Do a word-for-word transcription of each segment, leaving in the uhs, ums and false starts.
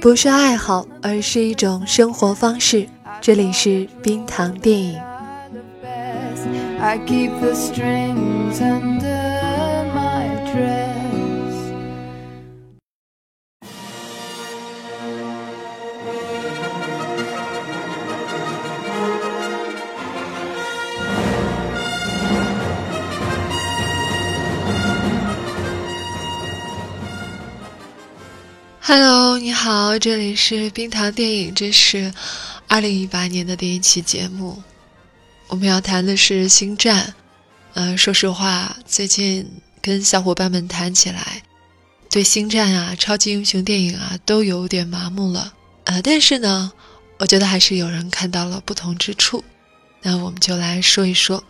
不是爱好，而是一种生活方式。这里是冰糖电影。 I keep the strings under my dress. Hello， 你好，这里是冰糖电影，这是二零一八年的第一期节目。我们要谈的是星战。呃，说实话，最近跟小伙伴们谈起来，对星战啊、超级英雄电影啊都有点麻木了。呃，但是呢，我觉得还是有人看到了不同之处。那我们就来说一说。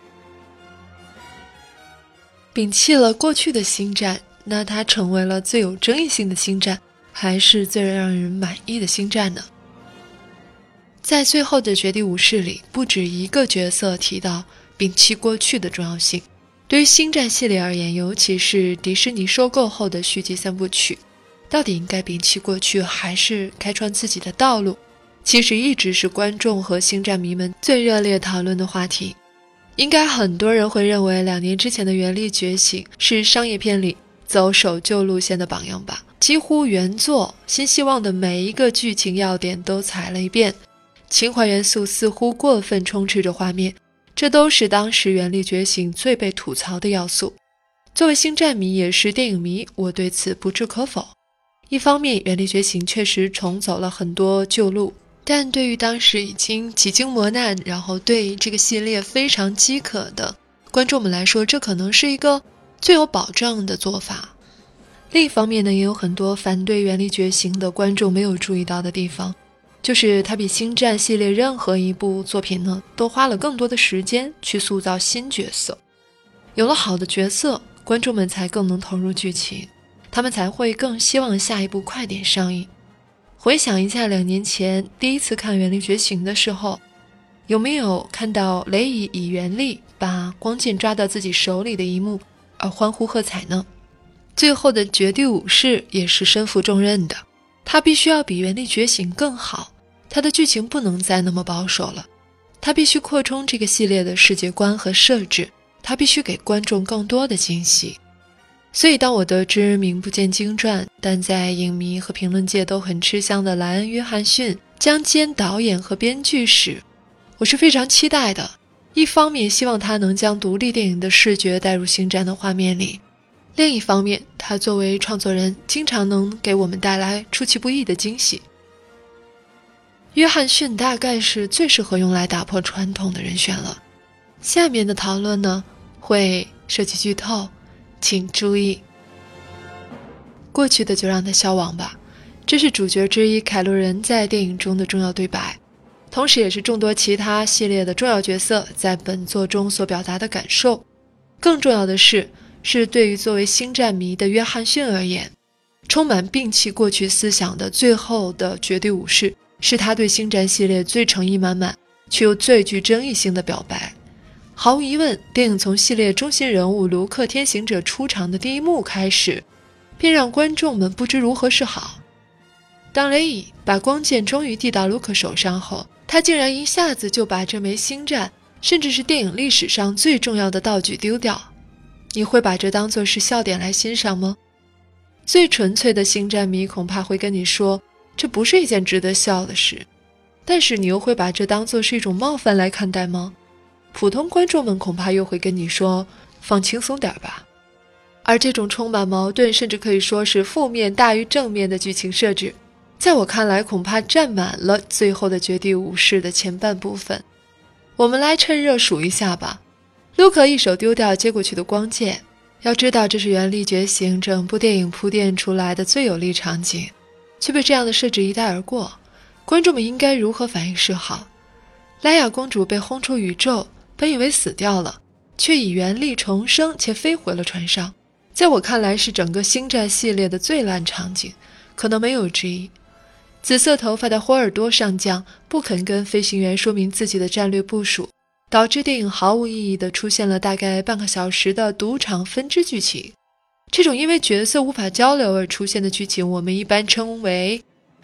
摒弃了过去的星战，那它成为了最有争议性的星战，还是最让人满意的星战呢？在最后的绝地武士里，不止一个角色提到摒弃过去的重要性。对于星战系列而言，尤其是迪士尼收购后的续集三部曲，到底应该摒弃过去，还是开创自己的道路，其实一直是观众和星战迷们最热烈讨论的话题。应该很多人会认为，两年之前的原力觉醒是商业片里走守旧路线的榜样吧，几乎原作新希望的每一个剧情要点都踩了一遍，情怀元素似乎过分充斥着画面，这都是当时原力觉醒最被吐槽的要素。作为星战迷也是电影迷，我对此不置可否。一方面，原力觉醒确实重走了很多旧路，但对于当时已经几经磨难，然后对这个系列非常饥渴的观众们来说，这可能是一个最有保障的做法。另一方面呢，也有很多反对原力觉醒的观众没有注意到的地方，就是它比星战系列任何一部作品呢都花了更多的时间去塑造新角色。有了好的角色，观众们才更能投入剧情，他们才会更希望下一部快点上映。回想一下两年前第一次看原力觉醒的时候，有没有看到雷伊以原力把光剑抓到自己手里的一幕而欢呼喝彩呢？最后的绝地武士也是身负重任的，他必须要比原力觉醒更好，他的剧情不能再那么保守了，他必须扩充这个系列的世界观和设置，他必须给观众更多的惊喜。所以当我得知名不见经传，但在影迷和评论界都很吃香的莱恩·约翰逊将兼导演和编剧时，我是非常期待的。一方面希望他能将独立电影的视觉带入星战的画面里，另一方面他作为创作人经常能给我们带来出其不意的惊喜。约翰逊大概是最适合用来打破传统的人选了。下面的讨论呢，会涉及剧透，请注意。过去的就让它消亡吧，这是主角之一凯洛人在电影中的重要对白，同时也是众多其他系列的重要角色在本作中所表达的感受。更重要的是，是对于作为星战迷的约翰逊而言，充满摒弃过去思想的最后的绝地武士，是他对星战系列最诚意满满却又最具争议性的表白。毫无疑问，电影从系列中心人物卢克天行者出场的第一幕开始，便让观众们不知如何是好。当雷伊把光剑终于递到卢克手上后，他竟然一下子就把这枚星战甚至是电影历史上最重要的道具丢掉。你会把这当作是笑点来欣赏吗？最纯粹的星战迷恐怕会跟你说，这不是一件值得笑的事，但是你又会把这当作是一种冒犯来看待吗？普通观众们恐怕又会跟你说，放轻松点吧。而这种充满矛盾，甚至可以说是负面大于正面的剧情设置，在我看来恐怕占满了最后的绝地武士的前半部分。我们来趁热数一下吧。卢克一手丢掉接过去的光剑，要知道这是原力觉醒整部电影铺垫出来的最有力场景，却被这样的设置一带而过，观众们应该如何反应是好？莱娅公主被轰出宇宙，本以为死掉了，却以原力重生且飞回了船上，在我看来是整个星战系列的最烂场景，可能没有之一。紫色头发的霍尔多上将不肯跟飞行员说明自己的战略部署，导致电影毫无意义地出现了大概半个小时的赌场分支剧情。这种因为角色无法交流而出现的剧情，我们一般称为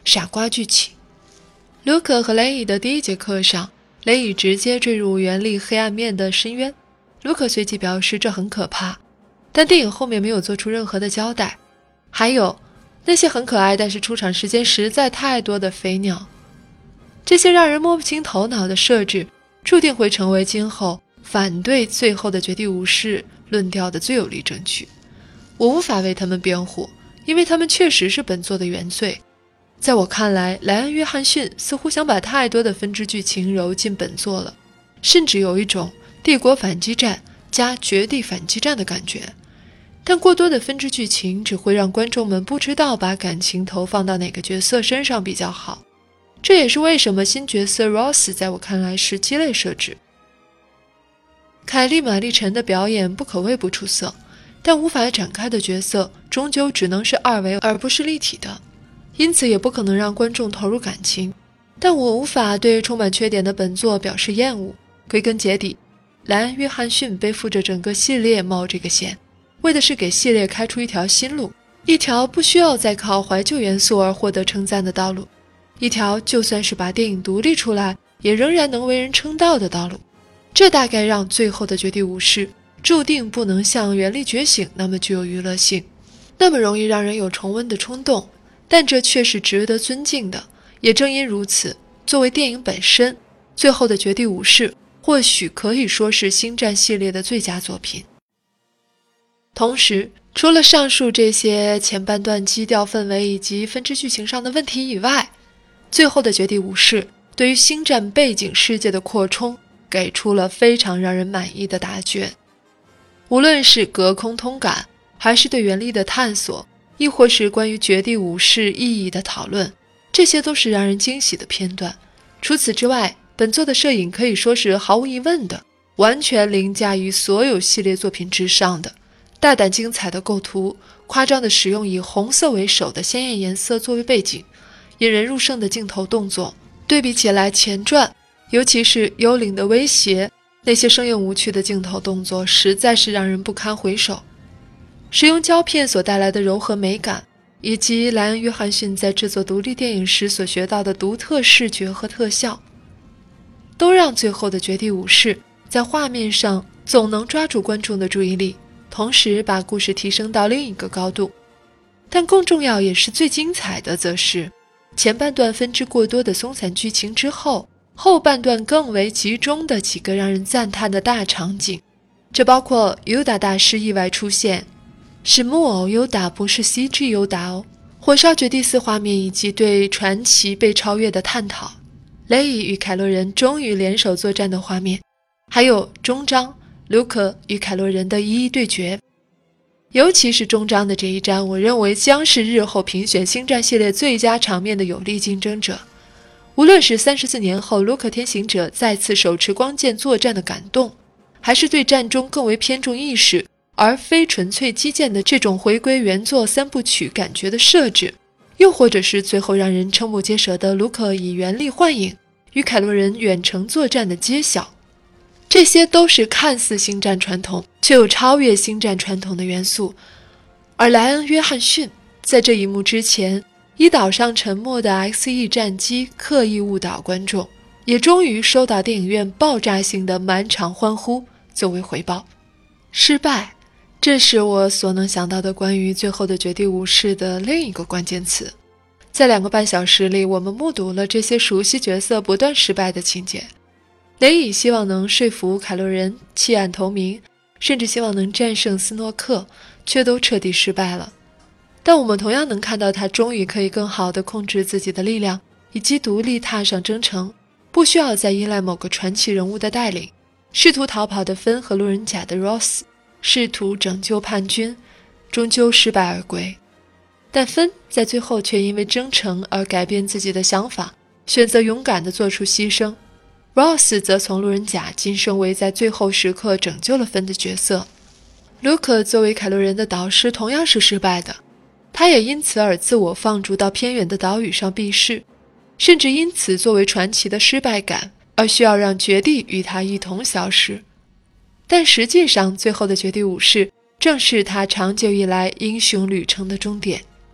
傻瓜剧情。卢克和雷伊的第一节课上，雷伊直接坠入原力黑暗面的深渊，卢克随即表示这很可怕，但电影后面没有做出任何的交代。还有那些很可爱但是出场时间实在太多的飞鸟，这些让人摸不清头脑的设置注定会成为今后反对最后的绝地武士论调的最有力证据。我无法为他们辩护，因为他们确实是本作的原罪。在我看来，莱恩·约翰逊似乎想把太多的分支剧情揉进本作了，甚至有一种帝国反击战加绝地反击战的感觉。但过多的分支剧情只会让观众们不知道把感情投放到哪个角色身上比较好。这也是为什么新角色 Ross 在我看来是鸡肋设置。凯莉·玛丽晨的表演不可谓不出色，但无法展开的角色终究只能是二维而不是立体的，因此也不可能让观众投入感情。但我无法对充满缺点的本作表示厌恶。归根结底，莱恩·约翰逊背负着整个系列冒这个险，为的是给系列开出一条新路，一条不需要再靠怀旧元素而获得称赞的道路，一条就算是把电影独立出来也仍然能为人称道的道路。这大概让最后的绝地武士注定不能像原力觉醒那么具有娱乐性，那么容易让人有重温的冲动，但这却是值得尊敬的。也正因如此，作为电影本身，最后的绝地武士或许可以说是星战系列的最佳作品。同时，除了上述这些前半段基调氛围以及分支剧情上的问题以外，最后的绝地武士对于星战背景世界的扩充给出了非常让人满意的答卷。无论是隔空通感，还是对原力的探索，亦或是关于绝地武士意义的讨论，这些都是让人惊喜的片段。除此之外，本作的摄影可以说是毫无疑问的完全凌驾于所有系列作品之上的。大胆精彩的构图，夸张的使用以红色为首的鲜艳颜色作为背景，引人入胜的镜头动作，对比起来前传，尤其是幽灵的威胁，那些生硬无趣的镜头动作实在是让人不堪回首。使用胶片所带来的柔和美感，以及莱恩·约翰逊在制作独立电影时所学到的独特视觉和特效，都让最后的绝地武士在画面上总能抓住观众的注意力，同时把故事提升到另一个高度。但更重要也是最精彩的，则是前半段分支过多的松散剧情之后，后半段更为集中的几个让人赞叹的大场景。这包括尤达大师意外出现，是木偶尤达，不是 C G 尤达哦，火烧绝地四画面以及对传奇被超越的探讨，雷伊与凯洛人终于联手作战的画面，还有终章卢克与凯洛人的一一对决。尤其是终章的这一战，我认为将是日后评选星战系列最佳场面的有力竞争者。无论是三十四年后卢克天行者再次手持光剑作战的感动，还是对战中更为偏重意识而非纯粹击剑的这种回归原作三部曲感觉的设置，又或者是最后让人瞠目结舌的卢克以原力幻影与凯洛人远程作战的揭晓，这些都是看似星战传统却又超越星战传统的元素。而莱恩·约翰逊在这一幕之前以岛上沉没的 X E 战机刻意误导观众，也终于收到电影院爆炸性的满场欢呼作为回报。失败，这是我所能想到的关于最后的绝地武士的另一个关键词。在两个半小时里，我们目睹了这些熟悉角色不断失败的情节。雷伊希望能说服凯洛人弃暗投明，甚至希望能战胜斯诺克，却都彻底失败了。但我们同样能看到他终于可以更好地控制自己的力量，以及独立踏上征程，不需要再依赖某个传奇人物的带领。试图逃跑的芬和路人甲的 Ross 试图拯救叛军，终究失败而归。但芬在最后却因为征程而改变自己的想法，选择勇敢地做出牺牲。Ross 则从路人甲晋升为在最后时刻拯救了芬的角色。卢克作为凯洛人的导师同样是失败的，他也因此而自我放逐到偏远的岛屿上避世，甚至因此作为传奇的失败感而需要让绝地与他一同消失。但实际上，最后的绝地武士正是他长久以来英雄旅程的终点。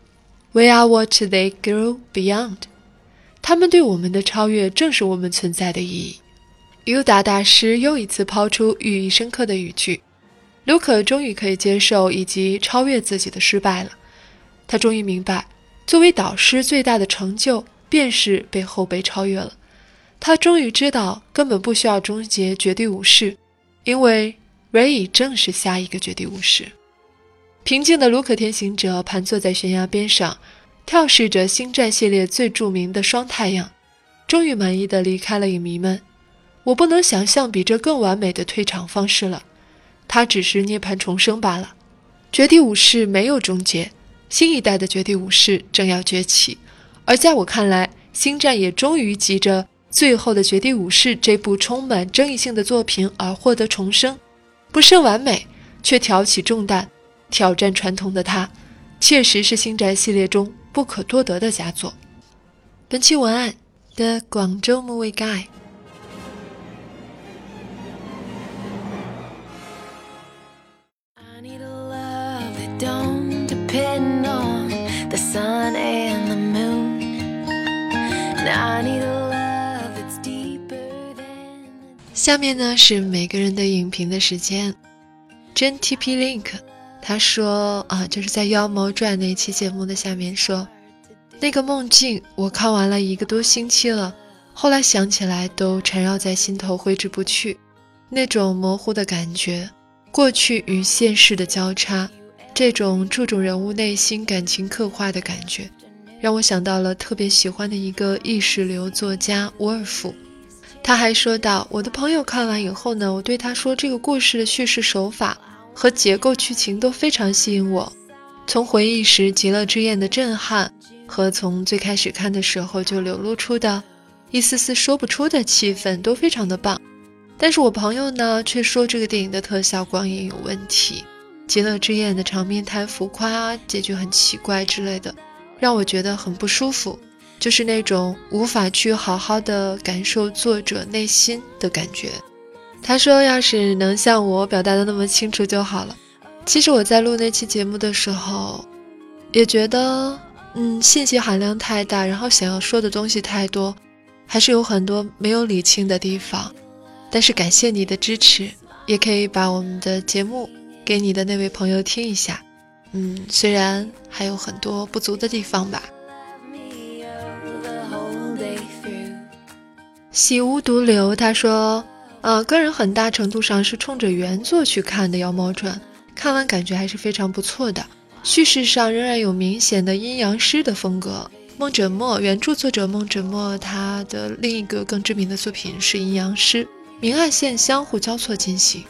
We are what they grow beyond. 他们对我们的超越正是我们存在的意义。尤达大师又一次抛出寓意深刻的语句，卢可终于可以接受以及超越自己的失败了。他终于明白，作为导师最大的成就便是被后辈超越了。他终于知道根本不需要终结绝地武士，因为 Ray 正是下一个绝地武士。平静的卢可天行者盘坐在悬崖边上，眺视着星战系列最著名的双太阳，终于满意地离开了影迷们。我不能想象比这更完美的退场方式了，它只是涅槃重生罢了。绝地武士没有终结，新一代的绝地武士正要崛起，而在我看来，星战也终于急着最后的绝地武士这部充满争议性的作品而获得重生。不甚完美，却挑起重担，挑战传统的它，确实是星战系列中不可多得的佳作。本期文案的广州 Movie Guy。 Don't depend on the sun and the moon. And I need a love that's deeper than... 下面呢是每个人的影评的时间。真 T P Link 他说啊，就是在《妖猫传》那期节目的下面说，那个梦境我看完了一个多星期了，后来想起来都缠绕在心头挥之不去，那种模糊的感觉，过去与现实的交叉，这种注重人物内心感情刻画的感觉，让我想到了特别喜欢的一个意识流作家沃尔夫。他还说到，我的朋友看完以后呢，我对他说这个故事的叙事手法和结构剧情都非常吸引我，从回忆时极乐之宴的震撼，和从最开始看的时候就流露出的一丝丝说不出的气氛都非常的棒。但是我朋友呢却说这个电影的特效光影有问题，极乐之宴的场面太浮夸，结局很奇怪之类的，让我觉得很不舒服，就是那种无法去好好的感受作者内心的感觉。他说要是能像我表达的那么清楚就好了。其实我在录那期节目的时候也觉得嗯，信息含量太大，然后想要说的东西太多，还是有很多没有理清的地方。但是感谢你的支持，也可以把我们的节目给你的那位朋友听一下。嗯，虽然还有很多不足的地方吧。喜无独流他说呃，个人很大程度上是冲着原作去看的《妖猫传》，看完感觉还是非常不错的，叙事上仍然有明显的阴阳师的风格。梦枕墨原著作者梦枕墨他的另一个更知名的作品是阴阳师，明暗线相互交错进行。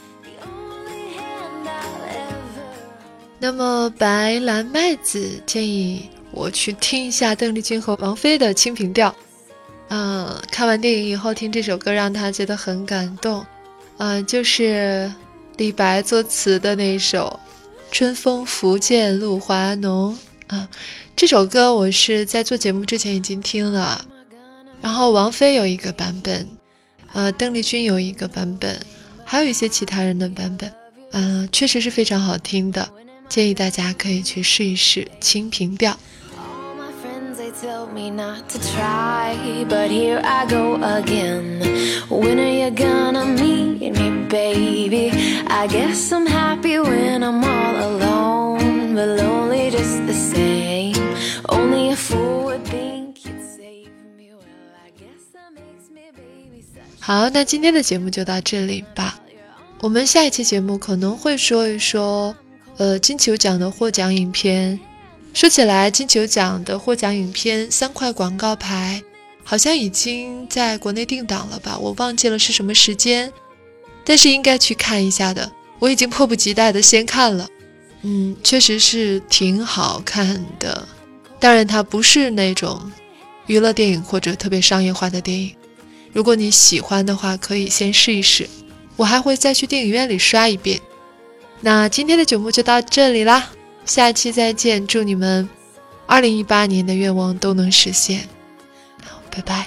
那么白蓝麦子建议我去听一下邓丽君和王菲的清平调。嗯，看完电影以后听这首歌让他觉得很感动。嗯，就是李白作词的那首春风拂槛露华浓。啊，这首歌我是在做节目之前已经听了，然后王菲有一个版本，呃，邓丽君有一个版本，还有一些其他人的版本，嗯、呃，确实是非常好听的，建议大家可以去试一试清平调。 Tell me not to try, but here I go again. When are you gonna meet me, baby? I guess I'm happy when I'm all alone, but lonely just the same. Only a fool would think you'd save me. Well, I guess that makes me baby such. 好，那今天的节目就到这里吧。我们下一期节目可能会说一说，呃，金球奖的获奖影片。说起来，金球奖的获奖影片三块广告牌好像已经在国内定档了吧，我忘记了是什么时间，但是应该去看一下的，我已经迫不及待的先看了。嗯，确实是挺好看的，当然它不是那种娱乐电影或者特别商业化的电影，如果你喜欢的话可以先试一试，我还会再去电影院里刷一遍。那今天的节目就到这里啦，下期再见，祝你们二零一八年的愿望都能实现。好，拜拜。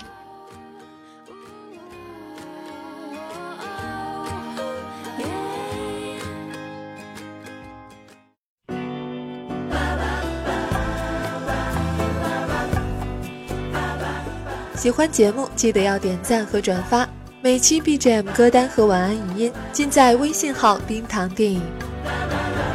喜欢节目记得要点赞和转发，每期 B G M 歌单和晚安语音尽在微信号冰糖电影。